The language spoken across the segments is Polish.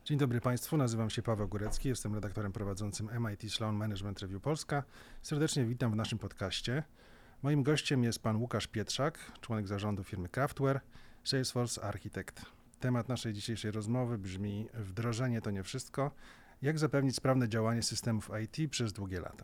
Dzień dobry Państwu, nazywam się Paweł Górecki, jestem redaktorem prowadzącym MIT Sloan Management Review Polska. Serdecznie witam w naszym podcaście. Moim gościem jest pan Łukasz Pietrzak, członek zarządu firmy Craftware, Salesforce Architect. Temat naszej dzisiejszej rozmowy brzmi: wdrożenie to nie wszystko. Jak zapewnić sprawne działanie systemów IT przez długie lata?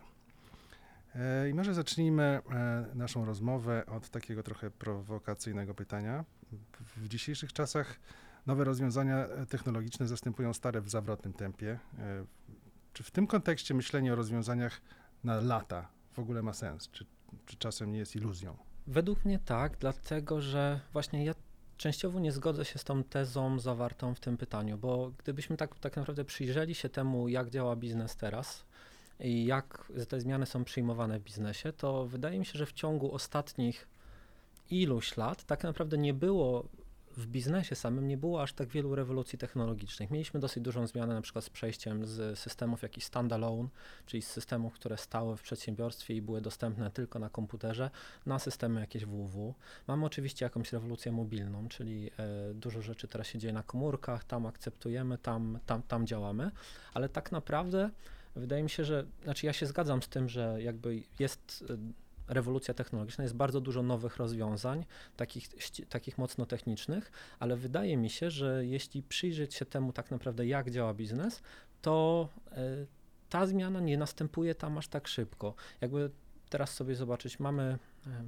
I może zacznijmy naszą rozmowę od takiego trochę prowokacyjnego pytania. W dzisiejszych czasach nowe rozwiązania technologiczne zastępują stare w zawrotnym tempie. Czy w tym kontekście myślenie o rozwiązaniach na lata w ogóle ma sens? Czy czasem nie jest iluzją? Według mnie tak, dlatego że właśnie ja częściowo nie zgodzę się z tą tezą zawartą w tym pytaniu, bo gdybyśmy tak naprawdę przyjrzeli się temu, jak działa biznes teraz i jak te zmiany są przyjmowane w biznesie, to wydaje mi się, że w ciągu ostatnich iluś lat tak naprawdę nie było w biznesie samym nie było aż tak wielu rewolucji technologicznych. Mieliśmy dosyć dużą zmianę na przykład z przejściem z systemów jakichś standalone, czyli z systemów, które stały w przedsiębiorstwie i były dostępne tylko na komputerze, na systemy jakieś WW. Mamy oczywiście jakąś rewolucję mobilną, czyli dużo rzeczy teraz się dzieje na komórkach, tam akceptujemy, tam działamy, ale tak naprawdę wydaje mi się, że, ja się zgadzam z tym, że jakby jest rewolucja technologiczna, jest bardzo dużo nowych rozwiązań, takich mocno technicznych, ale wydaje mi się, że jeśli przyjrzeć się temu tak naprawdę, jak działa biznes, to ta zmiana nie następuje tam aż tak szybko. Jakby teraz sobie zobaczyć, mamy,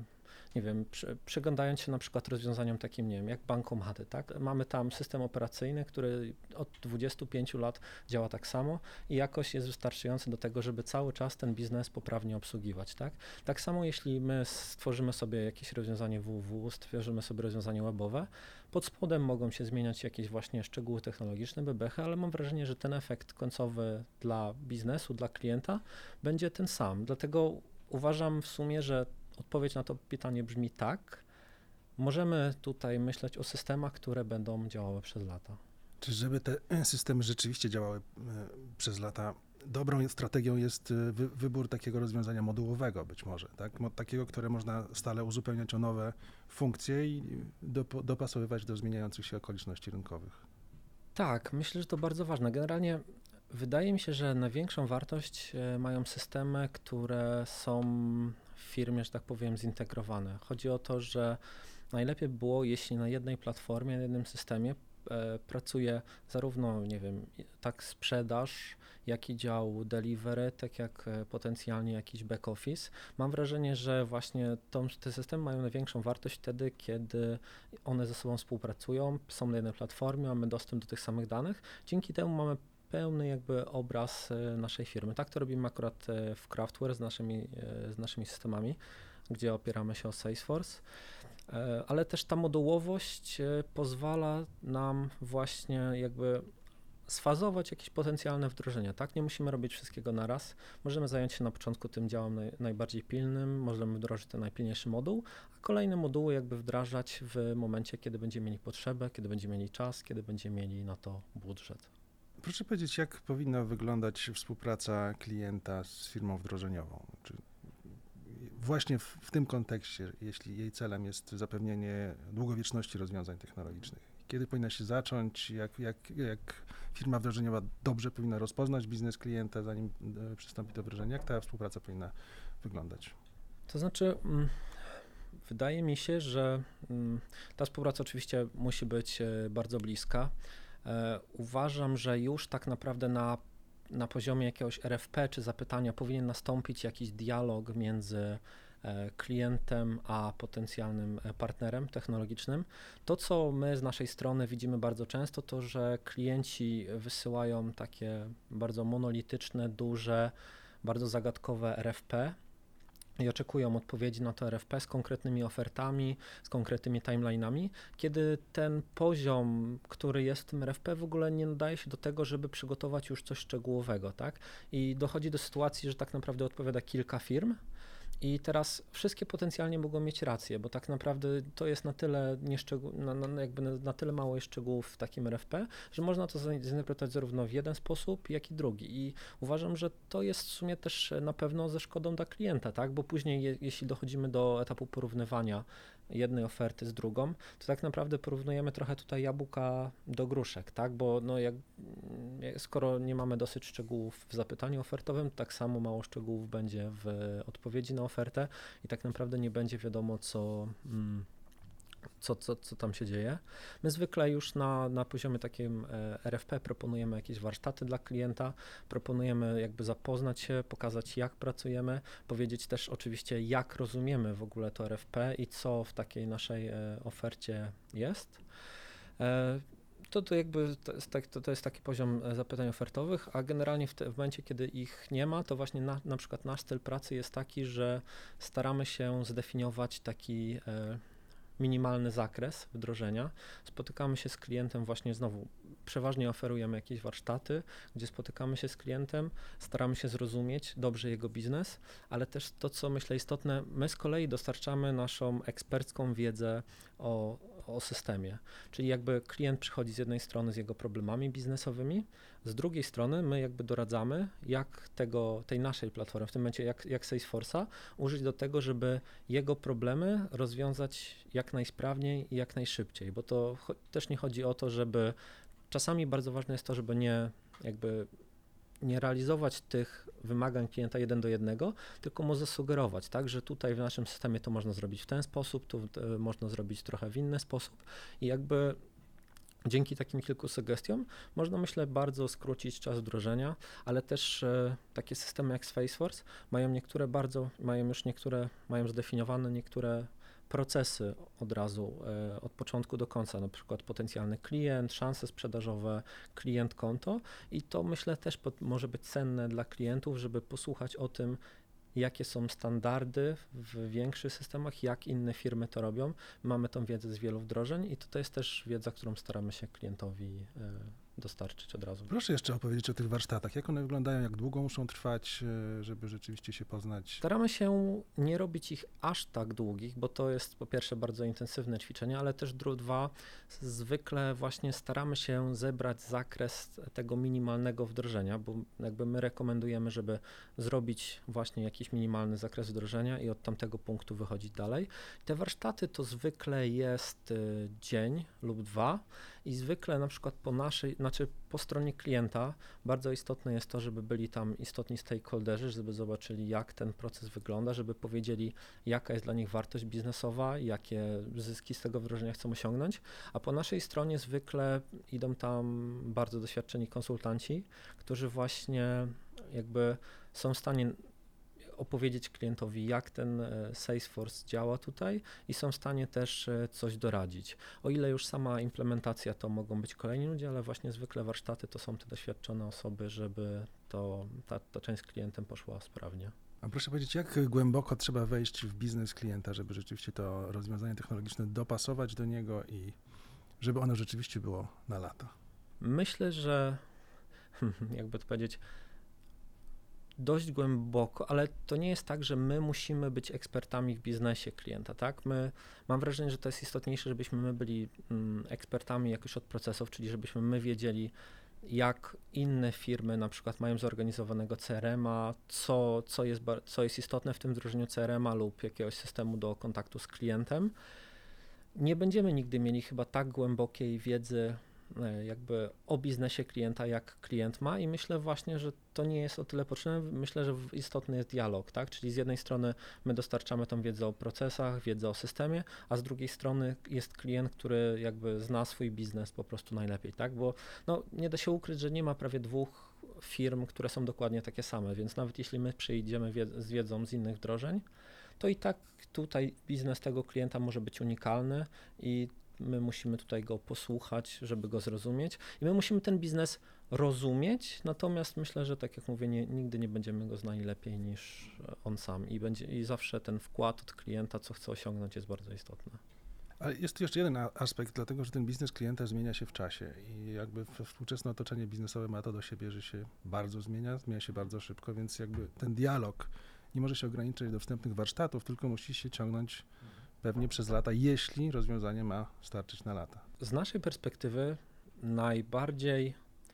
nie wiem, przyglądając się na przykład rozwiązaniom takim, nie wiem, jak bankomaty, tak? Mamy tam system operacyjny, który od 25 lat działa tak samo i jakoś jest wystarczający do tego, żeby cały czas ten biznes poprawnie obsługiwać, tak? Tak samo jeśli my stworzymy sobie jakieś rozwiązanie www, stworzymy sobie rozwiązanie webowe, pod spodem mogą się zmieniać jakieś właśnie szczegóły technologiczne, bebechy, ale mam wrażenie, że ten efekt końcowy dla biznesu, dla klienta będzie ten sam. Dlatego uważam w sumie, że odpowiedź na to pytanie brzmi tak. Możemy tutaj myśleć o systemach, które będą działały przez lata. Czy żeby te systemy rzeczywiście działały przez lata, dobrą strategią jest wybór takiego rozwiązania modułowego być może, tak? Takiego, które można stale uzupełniać o nowe funkcje i dopasowywać do zmieniających się okoliczności rynkowych? Tak, myślę, że to bardzo ważne. Generalnie wydaje mi się, że największą wartość mają systemy, które są w firmie, że tak powiem, zintegrowane. Chodzi o to, że najlepiej było, jeśli na jednej platformie, na jednym systemie pracuje zarówno, nie wiem, tak sprzedaż, jak i dział delivery, tak jak potencjalnie jakiś back office. Mam wrażenie, że właśnie te systemy mają największą wartość wtedy, kiedy one ze sobą współpracują, są na jednej platformie, mamy dostęp do tych samych danych. Dzięki temu mamy pełny jakby obraz naszej firmy. Tak to robimy akurat w Craftware z naszymi systemami, gdzie opieramy się o Salesforce, ale też ta modułowość pozwala nam właśnie jakby sfazować jakieś potencjalne wdrożenia, tak? Nie musimy robić wszystkiego naraz. Możemy zająć się na początku tym działem najbardziej pilnym, możemy wdrożyć ten najpilniejszy moduł, a kolejne moduły jakby wdrażać w momencie, kiedy będziemy mieli potrzebę, kiedy będziemy mieli czas, kiedy będziemy mieli na to budżet. Proszę powiedzieć, jak powinna wyglądać współpraca klienta z firmą wdrożeniową? Właśnie w tym kontekście, jeśli jej celem jest zapewnienie długowieczności rozwiązań technologicznych. Kiedy powinna się zacząć, jak firma wdrożeniowa dobrze powinna rozpoznać biznes klienta, zanim przystąpi do wdrożenia, jak ta współpraca powinna wyglądać? To znaczy, wydaje mi się, że ta współpraca oczywiście musi być bardzo bliska. Uważam, że już tak naprawdę na poziomie jakiegoś RFP czy zapytania powinien nastąpić jakiś dialog między klientem a potencjalnym partnerem technologicznym. To, co my z naszej strony widzimy bardzo często, to, że klienci wysyłają takie bardzo monolityczne, duże, bardzo zagadkowe RFP i oczekują odpowiedzi na to RFP z konkretnymi ofertami, z konkretnymi timeline'ami, kiedy ten poziom, który jest w tym RFP, w ogóle nie nadaje się do tego, żeby przygotować już coś szczegółowego, tak? I dochodzi do sytuacji, że tak naprawdę odpowiada kilka firm, i teraz wszystkie potencjalnie mogą mieć rację, bo tak naprawdę to jest na tyle na tyle mało jest szczegółów w takim RFP, że można to zinterpretować zarówno w jeden sposób, jak i drugi. I uważam, że to jest w sumie też na pewno ze szkodą dla klienta, tak? Bo później jeśli dochodzimy do etapu porównywania jednej oferty z drugą, to tak naprawdę porównujemy trochę tutaj jabłka do gruszek, tak? Bo no jak skoro nie mamy dosyć szczegółów w zapytaniu ofertowym, tak samo mało szczegółów będzie w odpowiedzi na ofertę i tak naprawdę nie będzie wiadomo, co tam się dzieje. My zwykle już na poziomie takim RFP proponujemy jakieś warsztaty dla klienta, proponujemy jakby zapoznać się, pokazać jak pracujemy, powiedzieć też oczywiście jak rozumiemy w ogóle to RFP i co w takiej naszej ofercie jest. To jest taki poziom zapytań ofertowych, a generalnie w momencie, kiedy ich nie ma, to właśnie na przykład nasz styl pracy jest taki, że staramy się zdefiniować taki minimalny zakres wdrożenia. Spotykamy się z klientem właśnie znowu, przeważnie oferujemy jakieś warsztaty, gdzie spotykamy się z klientem, staramy się zrozumieć dobrze jego biznes, ale też to, co myślę istotne, my z kolei dostarczamy naszą ekspercką wiedzę o systemie, czyli jakby klient przychodzi z jednej strony z jego problemami biznesowymi, z drugiej strony my jakby doradzamy, jak tej naszej platformy, w tym momencie jak Salesforce'a, użyć do tego, żeby jego problemy rozwiązać jak najsprawniej i jak najszybciej, bo to też nie chodzi o to, żeby czasami bardzo ważne jest to, żeby nie realizować tych wymagań klienta 1 do 1, tylko mu zasugerować, tak, że tutaj w naszym systemie to można zrobić w ten sposób, tu można zrobić trochę w inny sposób i jakby dzięki takim kilku sugestiom można, myślę, bardzo skrócić czas wdrożenia, ale też takie systemy jak Salesforce mają zdefiniowane niektóre procesy od razu, od początku do końca, na przykład potencjalny klient, szanse sprzedażowe, klient konto i to myślę też może być cenne dla klientów, żeby posłuchać o tym, jakie są standardy w większych systemach, jak inne firmy to robią. Mamy tą wiedzę z wielu wdrożeń i to jest też wiedza, którą staramy się klientowi dostarczyć od razu. Proszę jeszcze opowiedzieć o tych warsztatach. Jak one wyglądają, jak długo muszą trwać, żeby rzeczywiście się poznać? Staramy się nie robić ich aż tak długich, bo to jest po pierwsze bardzo intensywne ćwiczenie, ale też dwa, zwykle właśnie staramy się zebrać zakres tego minimalnego wdrożenia, bo jakby my rekomendujemy, żeby zrobić właśnie jakiś minimalny zakres wdrożenia i od tamtego punktu wychodzić dalej. Te warsztaty to zwykle jest dzień lub dwa i zwykle na przykład po stronie klienta bardzo istotne jest to, żeby byli tam istotni stakeholderzy, żeby zobaczyli, jak ten proces wygląda, żeby powiedzieli, jaka jest dla nich wartość biznesowa, jakie zyski z tego wdrożenia chcą osiągnąć, a po naszej stronie zwykle idą tam bardzo doświadczeni konsultanci, którzy właśnie jakby są w stanie opowiedzieć klientowi, jak ten Salesforce działa tutaj i są w stanie też coś doradzić. O ile już sama implementacja to mogą być kolejni ludzie, ale właśnie zwykle warsztaty to są te doświadczone osoby, żeby ta część z klientem poszła sprawnie. A proszę powiedzieć, jak głęboko trzeba wejść w biznes klienta, żeby rzeczywiście to rozwiązanie technologiczne dopasować do niego i żeby ono rzeczywiście było na lata? Myślę, że jakby to powiedzieć, dość głęboko, ale to nie jest tak, że my musimy być ekspertami w biznesie klienta, tak? Mam wrażenie, że to jest istotniejsze, żebyśmy my byli ekspertami jakoś od procesów, czyli żebyśmy my wiedzieli, jak inne firmy na przykład mają zorganizowanego CRM-a, co jest istotne w tym wdrożeniu CRM-a lub jakiegoś systemu do kontaktu z klientem. Nie będziemy nigdy mieli chyba tak głębokiej wiedzy jakby o biznesie klienta, jak klient ma i myślę właśnie, że to nie jest o tyle potrzebne. Myślę, że istotny jest dialog, tak? Czyli z jednej strony my dostarczamy tą wiedzę o procesach, wiedzę o systemie, a z drugiej strony jest klient, który jakby zna swój biznes po prostu najlepiej, tak? Bo nie da się ukryć, że nie ma prawie dwóch firm, które są dokładnie takie same, więc nawet jeśli my przyjdziemy z wiedzą z innych wdrożeń, to i tak tutaj biznes tego klienta może być unikalny i my musimy tutaj go posłuchać, żeby go zrozumieć i my musimy ten biznes rozumieć, natomiast myślę, że tak jak mówię, nigdy nie będziemy go znali lepiej niż on sam i zawsze ten wkład od klienta, co chce osiągnąć, jest bardzo istotny. Ale jest tu jeszcze jeden aspekt, dlatego że ten biznes klienta zmienia się w czasie i jakby współczesne otoczenie biznesowe ma to do siebie, że się bardzo zmienia się bardzo szybko, więc jakby ten dialog nie może się ograniczyć do wstępnych warsztatów, tylko musi się ciągnąć pewnie przez lata, jeśli rozwiązanie ma starczyć na lata. Z naszej perspektywy najbardziej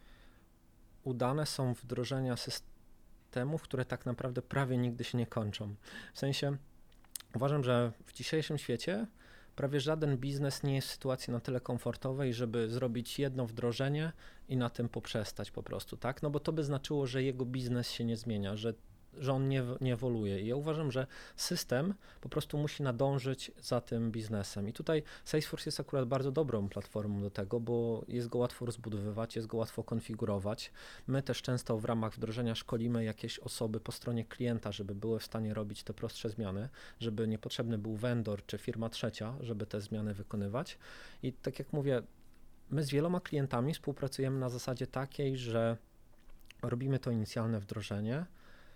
udane są wdrożenia systemów, które tak naprawdę prawie nigdy się nie kończą. W sensie uważam, że w dzisiejszym świecie prawie żaden biznes nie jest w sytuacji na tyle komfortowej, żeby zrobić jedno wdrożenie i na tym poprzestać po prostu, tak? No bo to by znaczyło, że jego biznes się nie zmienia, że on nie ewoluuje. I ja uważam, że system po prostu musi nadążyć za tym biznesem. I tutaj Salesforce jest akurat bardzo dobrą platformą do tego, bo jest go łatwo rozbudowywać, jest go łatwo konfigurować. My też często w ramach wdrożenia szkolimy jakieś osoby po stronie klienta, żeby były w stanie robić te prostsze zmiany, żeby niepotrzebny był vendor czy firma trzecia, żeby te zmiany wykonywać. I tak jak mówię, my z wieloma klientami współpracujemy na zasadzie takiej, że robimy to inicjalne wdrożenie,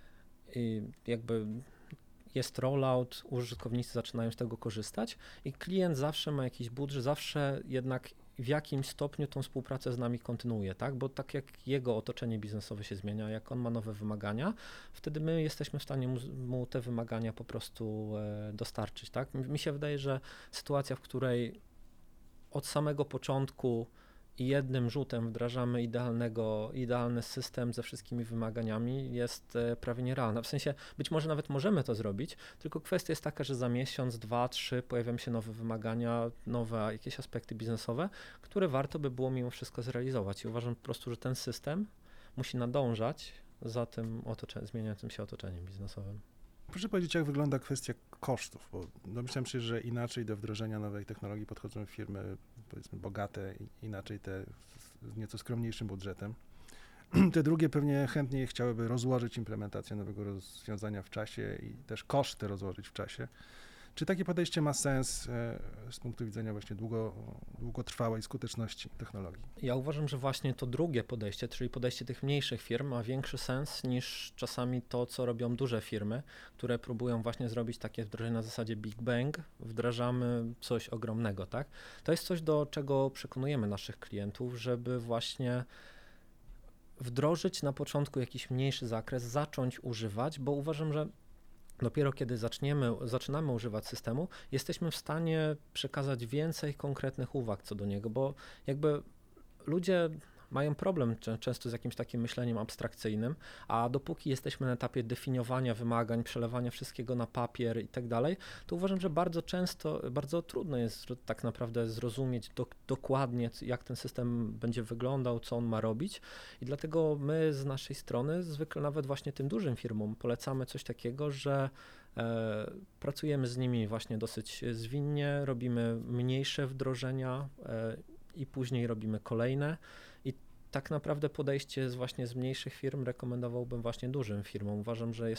i jakby jest rollout, użytkownicy zaczynają z tego korzystać i klient zawsze ma jakiś budżet, zawsze jednak w jakimś stopniu tą współpracę z nami kontynuuje, tak? Bo tak jak jego otoczenie biznesowe się zmienia, jak on ma nowe wymagania, wtedy my jesteśmy w stanie mu te wymagania po prostu dostarczyć, tak? Mi się wydaje, że sytuacja, w której od samego początku i jednym rzutem wdrażamy idealny system ze wszystkimi wymaganiami jest prawie nierealna. W sensie być może nawet możemy to zrobić, tylko kwestia jest taka, że za miesiąc, 2, 3 pojawią się nowe wymagania, nowe jakieś aspekty biznesowe, które warto by było mimo wszystko zrealizować. I uważam po prostu, że ten system musi nadążać za tym zmieniającym się otoczeniem biznesowym. Proszę powiedzieć, jak wygląda kwestia kosztów, bo domyślam się, że inaczej do wdrożenia nowej technologii podchodzą firmy, powiedzmy, bogate, inaczej te z nieco skromniejszym budżetem. Te drugie pewnie chętniej chciałyby rozłożyć implementację nowego rozwiązania w czasie i też koszty rozłożyć w czasie. Czy takie podejście ma sens z punktu widzenia właśnie długotrwałej skuteczności technologii? Ja uważam, że właśnie to drugie podejście, czyli podejście tych mniejszych firm, ma większy sens niż czasami to, co robią duże firmy, które próbują właśnie zrobić takie wdrożenie na zasadzie Big Bang, wdrażamy coś ogromnego, tak? To jest coś, do czego przekonujemy naszych klientów, żeby właśnie wdrożyć na początku jakiś mniejszy zakres, zacząć używać, bo uważam, że dopiero kiedy zaczynamy używać systemu, jesteśmy w stanie przekazać więcej konkretnych uwag co do niego, bo jakby ludzie mają problem często z jakimś takim myśleniem abstrakcyjnym, a dopóki jesteśmy na etapie definiowania wymagań, przelewania wszystkiego na papier i tak dalej, to uważam, że bardzo trudno jest tak naprawdę zrozumieć dokładnie, jak ten system będzie wyglądał, co on ma robić i dlatego my z naszej strony zwykle nawet właśnie tym dużym firmom polecamy coś takiego, że pracujemy z nimi właśnie dosyć zwinnie, robimy mniejsze wdrożenia i później robimy kolejne. I tak naprawdę podejście z mniejszych firm rekomendowałbym właśnie dużym firmom. Uważam, że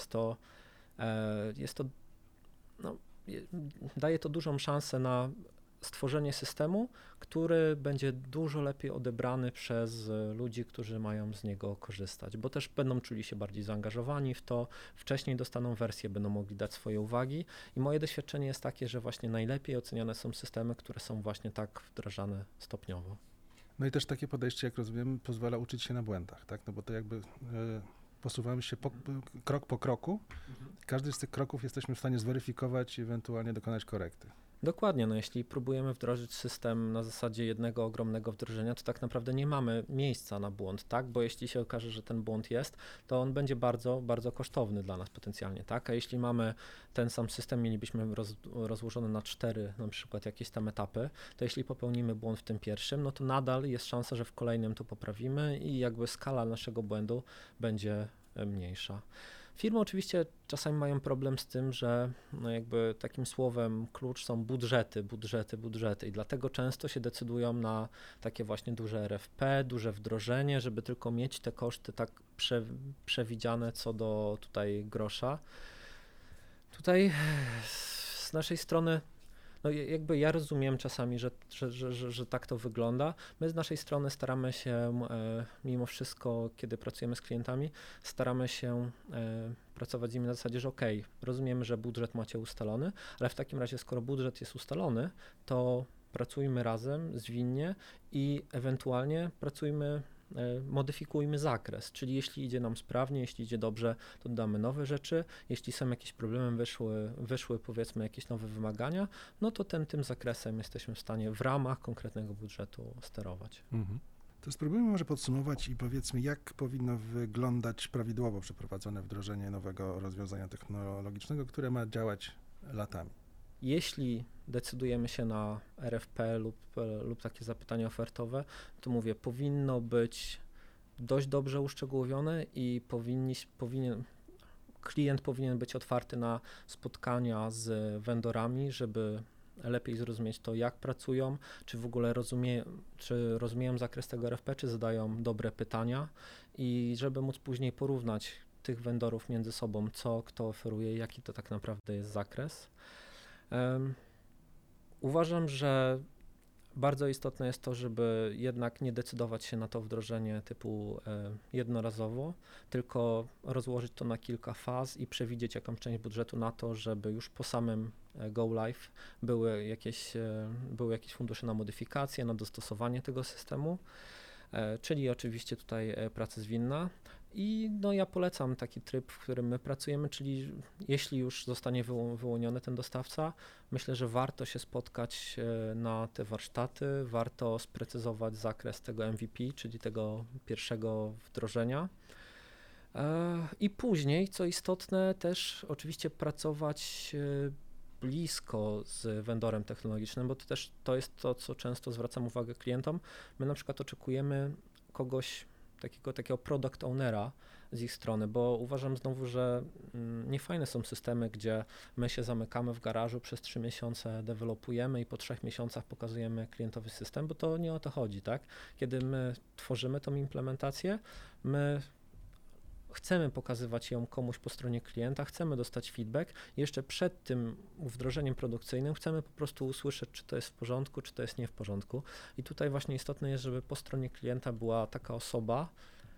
daje to dużą szansę na stworzenie systemu, który będzie dużo lepiej odebrany przez ludzi, którzy mają z niego korzystać, bo też będą czuli się bardziej zaangażowani w to, wcześniej dostaną wersję, będą mogli dać swoje uwagi i moje doświadczenie jest takie, że właśnie najlepiej oceniane są systemy, które są właśnie tak wdrażane stopniowo. No i też takie podejście, jak rozumiem, pozwala uczyć się na błędach, tak? No bo to jakby posuwamy się krok po kroku. Każdy z tych kroków jesteśmy w stanie zweryfikować i ewentualnie dokonać korekty. Dokładnie, no jeśli próbujemy wdrożyć system na zasadzie jednego ogromnego wdrożenia, to tak naprawdę nie mamy miejsca na błąd, tak? Bo jeśli się okaże, że ten błąd jest, to on będzie bardzo, bardzo kosztowny dla nas potencjalnie, tak? A jeśli mamy ten sam system, mielibyśmy rozłożony na 4 na przykład jakieś tam etapy, to jeśli popełnimy błąd w tym pierwszym, no to nadal jest szansa, że w kolejnym to poprawimy i jakby skala naszego błędu będzie mniejsza. Firmy oczywiście czasami mają problem z tym, że no jakby takim słowem klucz są budżety i dlatego często się decydują na takie właśnie duże RFP, duże wdrożenie, żeby tylko mieć te koszty tak przewidziane co do tutaj grosza. Tutaj z naszej strony no jakby ja rozumiem czasami, że tak to wygląda. My z naszej strony staramy się mimo wszystko, kiedy pracujemy z klientami, staramy się pracować z nimi na zasadzie, że rozumiemy, że budżet macie ustalony, ale w takim razie, skoro budżet jest ustalony, to pracujmy razem, zwinnie i ewentualnie modyfikujmy zakres, czyli jeśli idzie nam sprawnie, jeśli idzie dobrze, to dodamy nowe rzeczy, jeśli są jakieś problemy, wyszły powiedzmy jakieś nowe wymagania, no to tym zakresem jesteśmy w stanie w ramach konkretnego budżetu sterować. Mhm. To spróbujmy może podsumować i powiedzmy, jak powinno wyglądać prawidłowo przeprowadzone wdrożenie nowego rozwiązania technologicznego, które ma działać latami. jeśli decydujemy się na RFP lub takie zapytanie ofertowe, to mówię, powinno być dość dobrze uszczegółowione i klient powinien być otwarty na spotkania z vendorami, żeby lepiej zrozumieć to, jak pracują, czy w ogóle rozumieją zakres tego RFP, czy zadają dobre pytania i żeby móc później porównać tych vendorów między sobą, co kto oferuje, jaki to tak naprawdę jest zakres. Uważam, że bardzo istotne jest to, żeby jednak nie decydować się na to wdrożenie typu jednorazowo, tylko rozłożyć to na kilka faz i przewidzieć jakąś część budżetu na to, żeby już po samym go live były jakieś fundusze na modyfikację, na dostosowanie tego systemu, czyli oczywiście tutaj praca zwinna. I no, ja polecam taki tryb, w którym my pracujemy, czyli jeśli już zostanie wyłoniony ten dostawca, myślę, że warto się spotkać na te warsztaty, warto sprecyzować zakres tego MVP, czyli tego pierwszego wdrożenia. I później, co istotne, też oczywiście pracować blisko z vendorem technologicznym, bo to jest to, co często zwracam uwagę klientom. My na przykład oczekujemy kogoś, takiego product ownera z ich strony, bo uważam znowu, że niefajne są systemy, gdzie my się zamykamy w garażu, przez 3 miesiące dewelopujemy i po 3 miesiącach pokazujemy klientowi system, bo to nie o to chodzi, tak? Kiedy my tworzymy tą implementację, my chcemy pokazywać ją komuś po stronie klienta, chcemy dostać feedback. Jeszcze przed tym wdrożeniem produkcyjnym chcemy po prostu usłyszeć, czy to jest w porządku, czy to jest nie w porządku. I tutaj właśnie istotne jest, żeby po stronie klienta była taka osoba,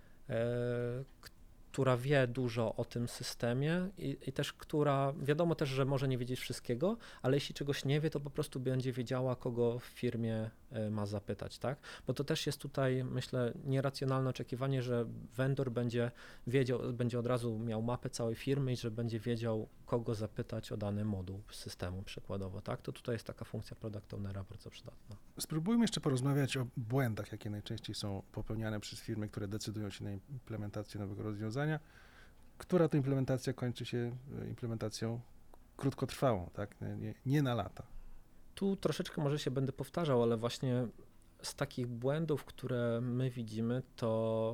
która wie dużo o tym systemie i też która, wiadomo też, że może nie wiedzieć wszystkiego, ale jeśli czegoś nie wie, to po prostu będzie wiedziała, kogo w firmie ma zapytać, tak? Bo to też jest tutaj, myślę, nieracjonalne oczekiwanie, że vendor będzie wiedział, będzie od razu miał mapę całej firmy i że będzie wiedział, kogo zapytać o dany moduł systemu przykładowo, tak? To tutaj jest taka funkcja product ownera bardzo przydatna. Spróbujmy jeszcze porozmawiać o błędach, jakie najczęściej są popełniane przez firmy, które decydują się na implementację nowego rozwiązania, która to implementacja kończy się implementacją krótkotrwałą, tak? Nie na lata. Tu troszeczkę może się będę powtarzał, ale właśnie z takich błędów, które my widzimy, to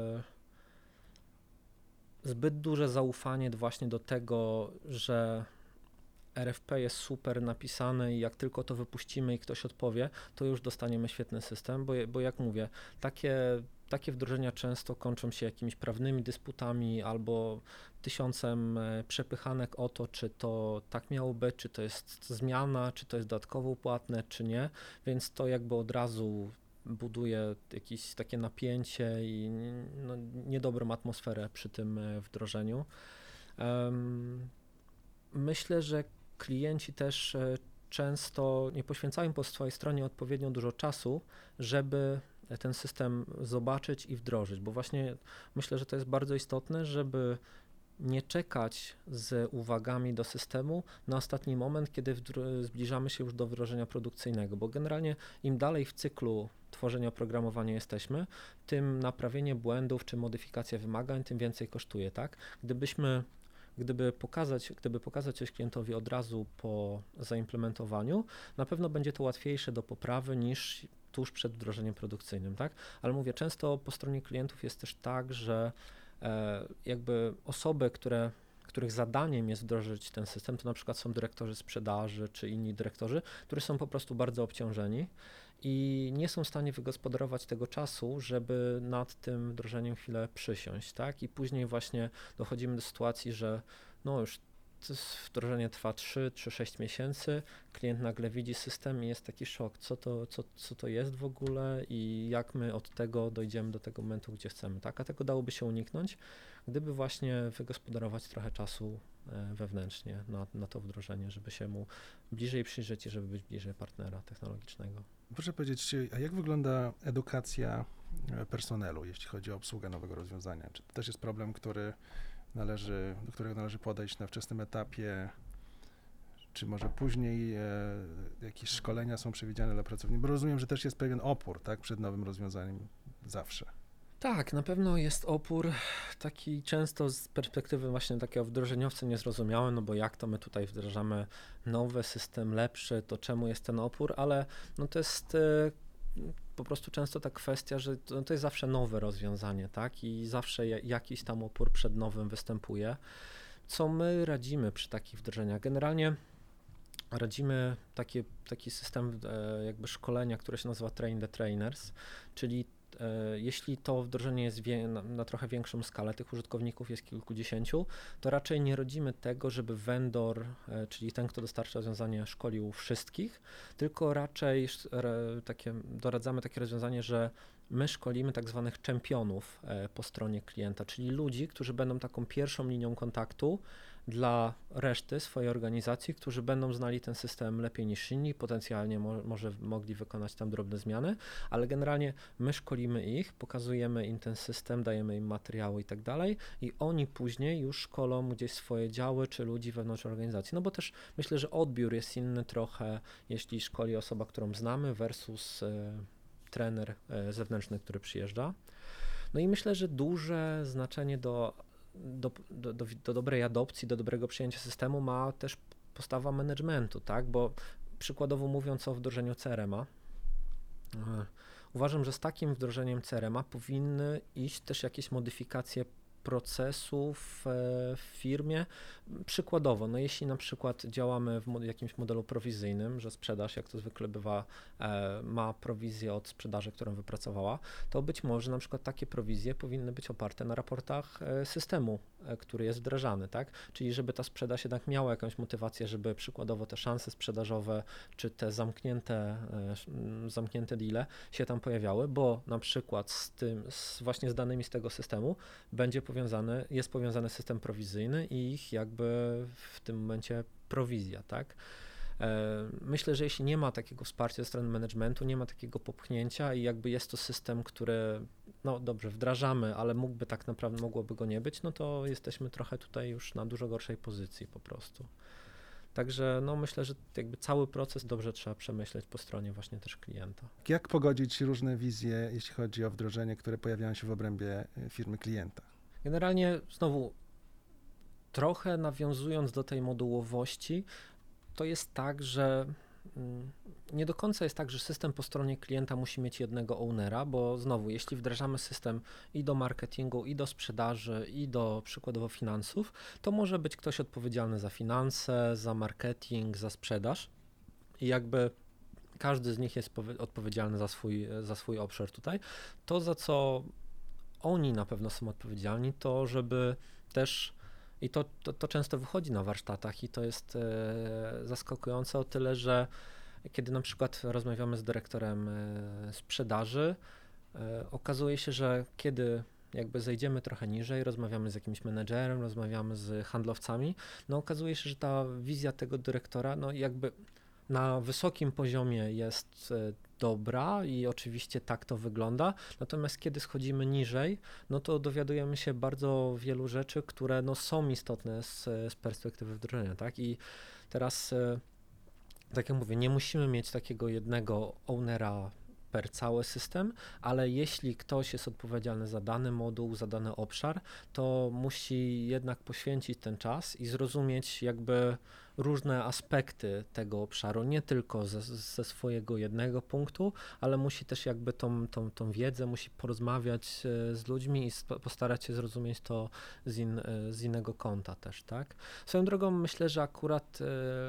zbyt duże zaufanie właśnie do tego, że RFP jest super napisane i jak tylko to wypuścimy i ktoś odpowie, to już dostaniemy świetny system, bo jak mówię, takie wdrożenia często kończą się jakimiś prawnymi dysputami albo 1000 przepychanek o to, czy to tak miało być, czy to jest zmiana, czy to jest dodatkowo płatne, czy nie, więc to jakby od razu buduje jakieś takie napięcie i no, niedobrą atmosferę przy tym wdrożeniu. Myślę, że klienci też często nie poświęcają po swojej stronie odpowiednio dużo czasu, żeby ten system zobaczyć i wdrożyć, bo właśnie myślę, że to jest bardzo istotne, żeby nie czekać z uwagami do systemu na ostatni moment, kiedy zbliżamy się już do wdrożenia produkcyjnego, bo generalnie im dalej w cyklu tworzenia oprogramowania jesteśmy, tym naprawienie błędów czy modyfikacja wymagań, tym więcej kosztuje, tak? Gdyby pokazać coś klientowi od razu po zaimplementowaniu, na pewno będzie to łatwiejsze do poprawy niż tuż przed wdrożeniem produkcyjnym, tak? Ale mówię, często po stronie klientów jest też tak, że jakby osoby, których zadaniem jest wdrożyć ten system, to na przykład są dyrektorzy sprzedaży czy inni dyrektorzy, którzy są po prostu bardzo obciążeni i nie są w stanie wygospodarować tego czasu, żeby nad tym wdrożeniem chwilę przysiąść, tak? I później właśnie dochodzimy do sytuacji, że no już wdrożenie trwa 3 czy 6 miesięcy, klient nagle widzi system i jest taki szok, co to jest w ogóle i jak my od tego dojdziemy do tego momentu, gdzie chcemy, tak? A tego dałoby się uniknąć, gdyby właśnie wygospodarować trochę czasu wewnętrznie na to wdrożenie, żeby się mu bliżej przyjrzeć i żeby być bliżej partnera technologicznego. Proszę powiedzieć, a jak wygląda edukacja personelu, jeśli chodzi o obsługę nowego rozwiązania? Czy to też jest problem, do którego należy podejść na wczesnym etapie, czy może później jakieś szkolenia są przewidziane dla pracowników? Bo rozumiem, że też jest pewien opór, tak, przed nowym rozwiązaniem zawsze. Tak, na pewno jest opór taki często z perspektywy właśnie takiego wdrożeniowca niezrozumiały, no bo jak to my tutaj wdrażamy nowy system, lepszy, to czemu jest ten opór, ale no to jest po prostu często ta kwestia, że to jest zawsze nowe rozwiązanie, tak? I zawsze jakiś tam opór przed nowym występuje. Co my radzimy przy takich wdrożeniach? Generalnie radzimy taki system jakby szkolenia, które się nazywa Train the Trainers, czyli jeśli to wdrożenie jest na trochę większą skalę, tych użytkowników jest kilkudziesięciu, to raczej nie rodzimy tego, żeby vendor, czyli ten, kto dostarcza rozwiązanie, szkolił wszystkich, tylko raczej doradzamy takie rozwiązanie, że my szkolimy tak zwanych czempionów po stronie klienta, czyli ludzi, którzy będą taką pierwszą linią kontaktu dla reszty swojej organizacji, którzy będą znali ten system lepiej niż inni, potencjalnie może mogli wykonać tam drobne zmiany, ale generalnie my szkolimy ich, pokazujemy im ten system, dajemy im materiały i tak dalej i oni później już szkolą gdzieś swoje działy czy ludzi wewnątrz organizacji, no bo też myślę, że odbiór jest inny trochę, jeśli szkoli osoba, którą znamy versus trener zewnętrzny, który przyjeżdża. No i myślę, że duże znaczenie do dobrej adopcji, do dobrego przyjęcia systemu ma też postawa managementu, tak? Bo przykładowo mówiąc o wdrożeniu CRM-a, uważam, że z takim wdrożeniem CRM-a powinny iść też jakieś modyfikacje procesów w firmie. Przykładowo, no jeśli na przykład działamy w jakimś modelu prowizyjnym, że sprzedaż, jak to zwykle bywa, ma prowizję od sprzedaży, którą wypracowała, to być może na przykład takie prowizje powinny być oparte na raportach systemu, który jest wdrażany, tak? Czyli żeby ta sprzedaż jednak miała jakąś motywację, żeby przykładowo te szanse sprzedażowe, czy te zamknięte deale się tam pojawiały, bo na przykład właśnie z danymi z tego systemu jest powiązany system prowizyjny i ich jakby w tym momencie prowizja, tak? Myślę, że jeśli nie ma takiego wsparcia ze strony managementu, nie ma takiego popchnięcia i jakby jest to system, który, no dobrze, wdrażamy, ale tak naprawdę mogłoby go nie być, no to jesteśmy trochę tutaj już na dużo gorszej pozycji po prostu. Także no myślę, że jakby cały proces dobrze trzeba przemyśleć po stronie właśnie też klienta. Jak pogodzić różne wizje, jeśli chodzi o wdrożenie, które pojawiają się w obrębie firmy klienta? Generalnie znowu trochę nawiązując do tej modułowości, to jest tak, że nie do końca jest tak, że system po stronie klienta musi mieć jednego ownera, bo znowu, jeśli wdrażamy system i do marketingu, i do sprzedaży, i do przykładowo finansów, to może być ktoś odpowiedzialny za finanse, za marketing, za sprzedaż i jakby każdy z nich jest odpowiedzialny za swój obszar tutaj. To, za co oni na pewno są odpowiedzialni, to żeby też i to często wychodzi na warsztatach i to jest zaskakujące o tyle, że kiedy na przykład rozmawiamy z dyrektorem sprzedaży, okazuje się, że kiedy jakby zejdziemy trochę niżej, rozmawiamy z jakimś menedżerem, rozmawiamy z handlowcami, no okazuje się, że ta wizja tego dyrektora, no jakby na wysokim poziomie jest dobra i oczywiście tak to wygląda, natomiast kiedy schodzimy niżej, no to dowiadujemy się bardzo wielu rzeczy, które no są istotne z perspektywy wdrożenia, tak? I teraz, tak jak mówię, nie musimy mieć takiego jednego ownera per cały system, ale jeśli ktoś jest odpowiedzialny za dany moduł, za dany obszar, to musi jednak poświęcić ten czas i zrozumieć jakby różne aspekty tego obszaru, nie tylko ze swojego jednego punktu, ale musi też jakby tą wiedzę, musi porozmawiać z ludźmi i postarać się zrozumieć to z innego kąta też, tak? Swoją drogą myślę, że akurat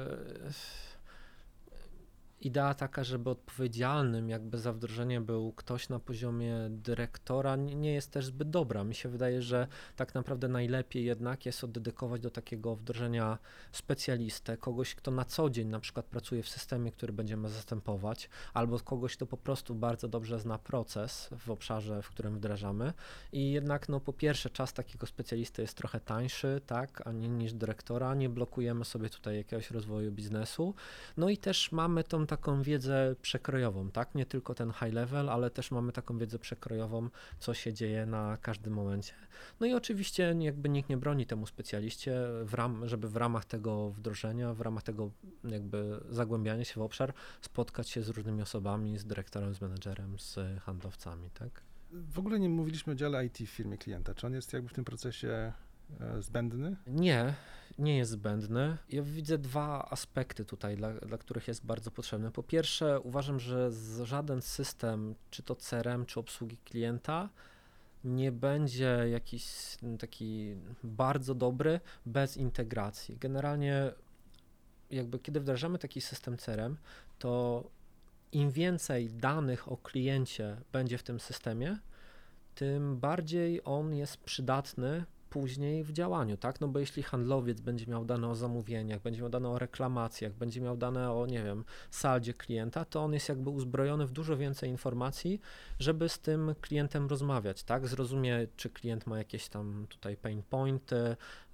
idea taka, żeby odpowiedzialnym jakby za wdrożenie był ktoś na poziomie dyrektora, nie jest też zbyt dobra. Mi się wydaje, że tak naprawdę najlepiej jednak jest oddedykować do takiego wdrożenia specjalistę, kogoś, kto na co dzień na przykład pracuje w systemie, który będziemy zastępować, albo kogoś, kto po prostu bardzo dobrze zna proces w obszarze, w którym wdrażamy i jednak no po pierwsze czas takiego specjalisty jest trochę tańszy, tak, niż dyrektora, nie blokujemy sobie tutaj jakiegoś rozwoju biznesu, no i też mamy tą taką wiedzę przekrojową, tak? Nie tylko ten high level, ale też mamy taką wiedzę przekrojową, co się dzieje na każdym momencie. No i oczywiście jakby nikt nie broni temu specjaliście, żeby w ramach tego wdrożenia, w ramach tego jakby zagłębiania się w obszar, spotkać się z różnymi osobami, z dyrektorem, z menedżerem, z handlowcami, tak? W ogóle nie mówiliśmy o dziale IT w firmie klienta. Czy on jest jakby w tym procesie zbędny? Nie jest zbędny. Ja widzę dwa aspekty tutaj, dla których jest bardzo potrzebny. Po pierwsze, uważam, że żaden system, czy to CRM, czy obsługi klienta, nie będzie jakiś taki bardzo dobry bez integracji. Generalnie jakby kiedy wdrażamy taki system CRM, to im więcej danych o kliencie będzie w tym systemie, tym bardziej on jest przydatny później w działaniu, tak? No bo jeśli handlowiec będzie miał dane o zamówieniach, będzie miał dane o reklamacjach, będzie miał dane o, nie wiem, saldzie klienta, to on jest jakby uzbrojony w dużo więcej informacji, żeby z tym klientem rozmawiać, tak? Zrozumie, czy klient ma jakieś tam tutaj pain pointy,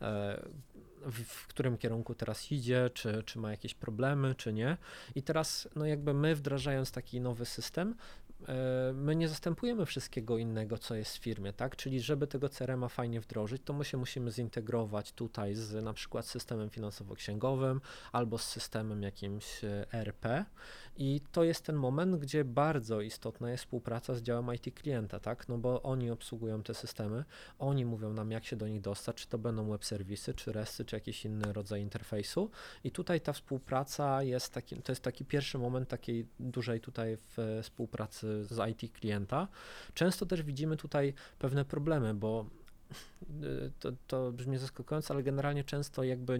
w którym kierunku teraz idzie, czy ma jakieś problemy, czy nie. I teraz, no jakby my wdrażając taki nowy system, my nie zastępujemy wszystkiego innego, co jest w firmie, tak? Czyli żeby tego CRM-a fajnie wdrożyć, to my się musimy zintegrować tutaj z na przykład systemem finansowo-księgowym albo z systemem jakimś ERP i to jest ten moment, gdzie bardzo istotna jest współpraca z działem IT klienta, tak? No bo oni obsługują te systemy, oni mówią nam, jak się do nich dostać, czy to będą web serwisy, czy RESty, czy jakiś inny rodzaj interfejsu i tutaj ta współpraca to jest taki pierwszy moment takiej dużej tutaj współpracy z IT klienta. Często też widzimy tutaj pewne problemy, bo to brzmi zaskakująco, ale generalnie często jakby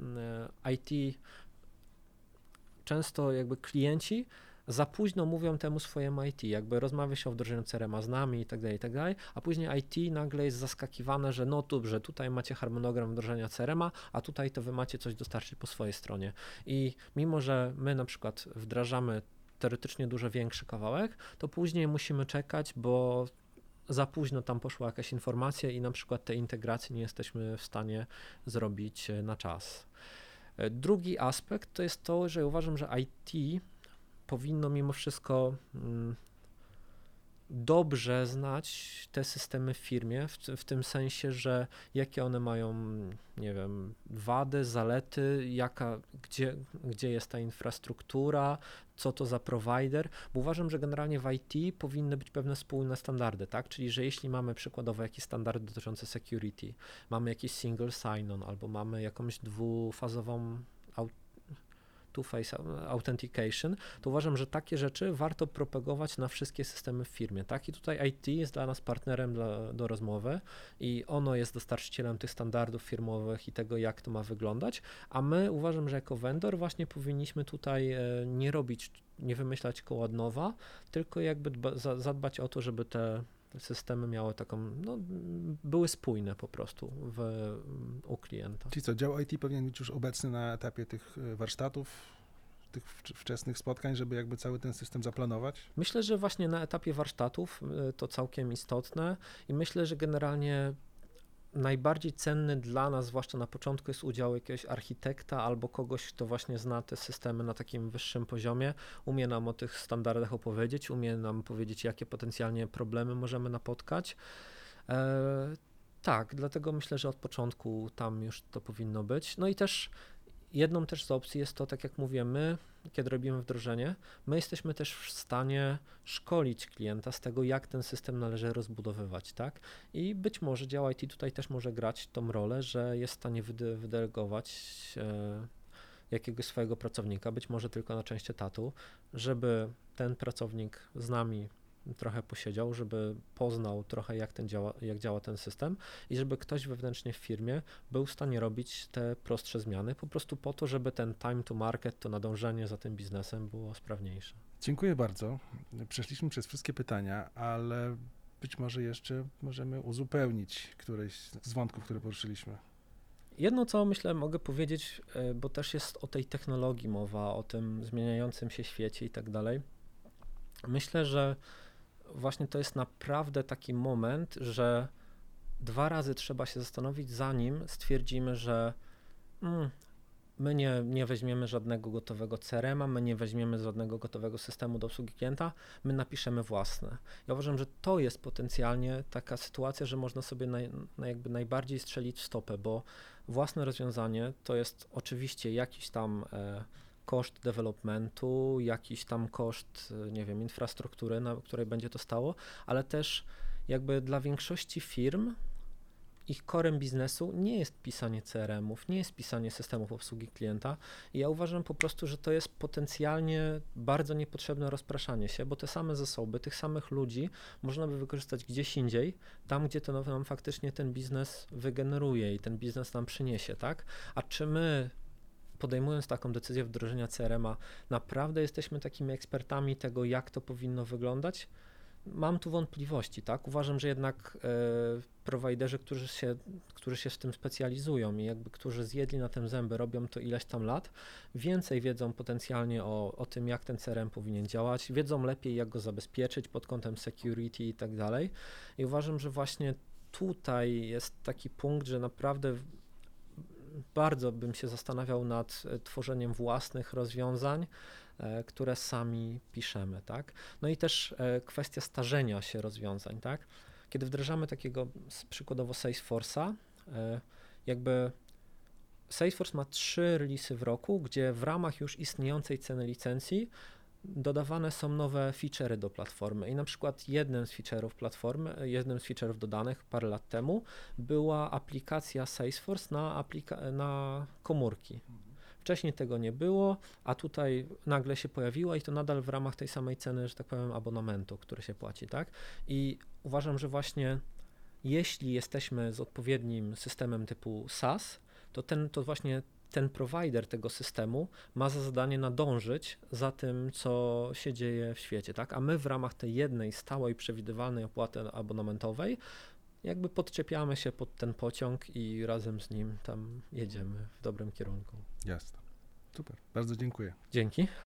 często jakby klienci za późno mówią temu swojemu IT, jakby rozmawia się o wdrożeniu CRM-a z nami i tak dalej, a później IT nagle jest zaskakiwane, że no dobrze, tutaj macie harmonogram wdrożenia CRM-a, a tutaj to wy macie coś dostarczyć po swojej stronie. I mimo, że my na przykład wdrażamy teoretycznie dużo większy kawałek, to później musimy czekać, bo za późno tam poszła jakaś informacja i na przykład tej integracji nie jesteśmy w stanie zrobić na czas. Drugi aspekt to jest to, że uważam, że IT powinno mimo wszystko dobrze znać te systemy w firmie, w tym sensie, że jakie one mają, nie wiem, wady, zalety, gdzie jest ta infrastruktura, co to za provider, bo uważam, że generalnie w IT powinny być pewne spójne standardy, tak? Czyli, że jeśli mamy przykładowo jakieś standardy dotyczące security, mamy jakiś single sign-on albo mamy jakąś dwufazową two-phase authentication, to uważam, że takie rzeczy warto propagować na wszystkie systemy w firmie, tak? I tutaj IT jest dla nas partnerem do rozmowy i ono jest dostarczycielem tych standardów firmowych i tego, jak to ma wyglądać, a my uważam, że jako vendor właśnie powinniśmy tutaj nie wymyślać koła od nowa, tylko jakby zadbać o to, żeby te systemy miały taką, no, były spójne po prostu u klienta. Czyli co, dział IT powinien być już obecny na etapie tych warsztatów, tych wczesnych spotkań, żeby jakby cały ten system zaplanować? Myślę, że właśnie na etapie warsztatów to całkiem istotne i myślę, że generalnie najbardziej cenny dla nas, zwłaszcza na początku, jest udział jakiegoś architekta albo kogoś, kto właśnie zna te systemy na takim wyższym poziomie, umie nam o tych standardach opowiedzieć, umie nam powiedzieć, jakie potencjalnie problemy możemy napotkać. Tak, dlatego myślę, że od początku tam już to powinno być. No i też jedną też z opcji jest to, tak jak mówię, my, kiedy robimy wdrożenie, my jesteśmy też w stanie szkolić klienta z tego, jak ten system należy rozbudowywać, tak? I być może dział IT tutaj też może grać tą rolę, że jest w stanie wydelegować jakiegoś swojego pracownika, być może tylko na część etatu, żeby ten pracownik z nami trochę posiedział, żeby poznał trochę jak działa ten system i żeby ktoś wewnętrznie w firmie był w stanie robić te prostsze zmiany, po prostu po to, żeby ten time to market, to nadążenie za tym biznesem było sprawniejsze. Dziękuję bardzo. Przeszliśmy przez wszystkie pytania, ale być może jeszcze możemy uzupełnić któreś z wątków, które poruszyliśmy. Jedno, co myślę mogę powiedzieć, bo też jest o tej technologii mowa, o tym zmieniającym się świecie i tak dalej. Myślę, że właśnie to jest naprawdę taki moment, że 2 razy trzeba się zastanowić, zanim stwierdzimy, że my nie weźmiemy żadnego gotowego CRM-a, my nie weźmiemy żadnego gotowego systemu do obsługi klienta, my napiszemy własne. Ja uważam, że to jest potencjalnie taka sytuacja, że można sobie jakby najbardziej strzelić w stopę, bo własne rozwiązanie to jest oczywiście jakiś tam koszt developmentu, jakiś tam koszt, nie wiem, infrastruktury, na której będzie to stało, ale też jakby dla większości firm ich corem biznesu nie jest pisanie CRM-ów, nie jest pisanie systemów obsługi klienta i ja uważam po prostu, że to jest potencjalnie bardzo niepotrzebne rozpraszanie się, bo te same zasoby, tych samych ludzi można by wykorzystać gdzieś indziej, tam gdzie to nam faktycznie ten biznes wygeneruje i ten biznes nam przyniesie, tak? A czy my podejmując taką decyzję wdrożenia CRM-a, naprawdę jesteśmy takimi ekspertami tego, jak to powinno wyglądać? Mam tu wątpliwości, tak? Uważam, że jednak prowajderzy, którzy się w tym specjalizują i jakby którzy zjedli na tym zęby, robią to ileś tam lat, więcej wiedzą potencjalnie o tym, jak ten CRM powinien działać, wiedzą lepiej, jak go zabezpieczyć pod kątem security i tak dalej. I uważam, że właśnie tutaj jest taki punkt, że naprawdę bardzo bym się zastanawiał nad tworzeniem własnych rozwiązań, które sami piszemy, tak? No i też kwestia starzenia się rozwiązań, tak? Kiedy wdrażamy takiego przykładowo Salesforce'a, jakby Salesforce ma 3 release'y w roku, gdzie w ramach już istniejącej ceny licencji dodawane są nowe feature'y do platformy i na przykład jednym z feature'ów dodanych parę lat temu była aplikacja Salesforce na komórki. Wcześniej tego nie było, a tutaj nagle się pojawiła i to nadal w ramach tej samej ceny, że tak powiem, abonamentu, który się płaci, tak? I uważam, że właśnie jeśli jesteśmy z odpowiednim systemem typu SaaS, to właśnie ten prowajder tego systemu ma za zadanie nadążyć za tym, co się dzieje w świecie, tak? A my w ramach tej jednej stałej, przewidywalnej opłaty abonamentowej jakby podczepiamy się pod ten pociąg i razem z nim tam jedziemy w dobrym kierunku. Jasne. Super. Bardzo dziękuję. Dzięki.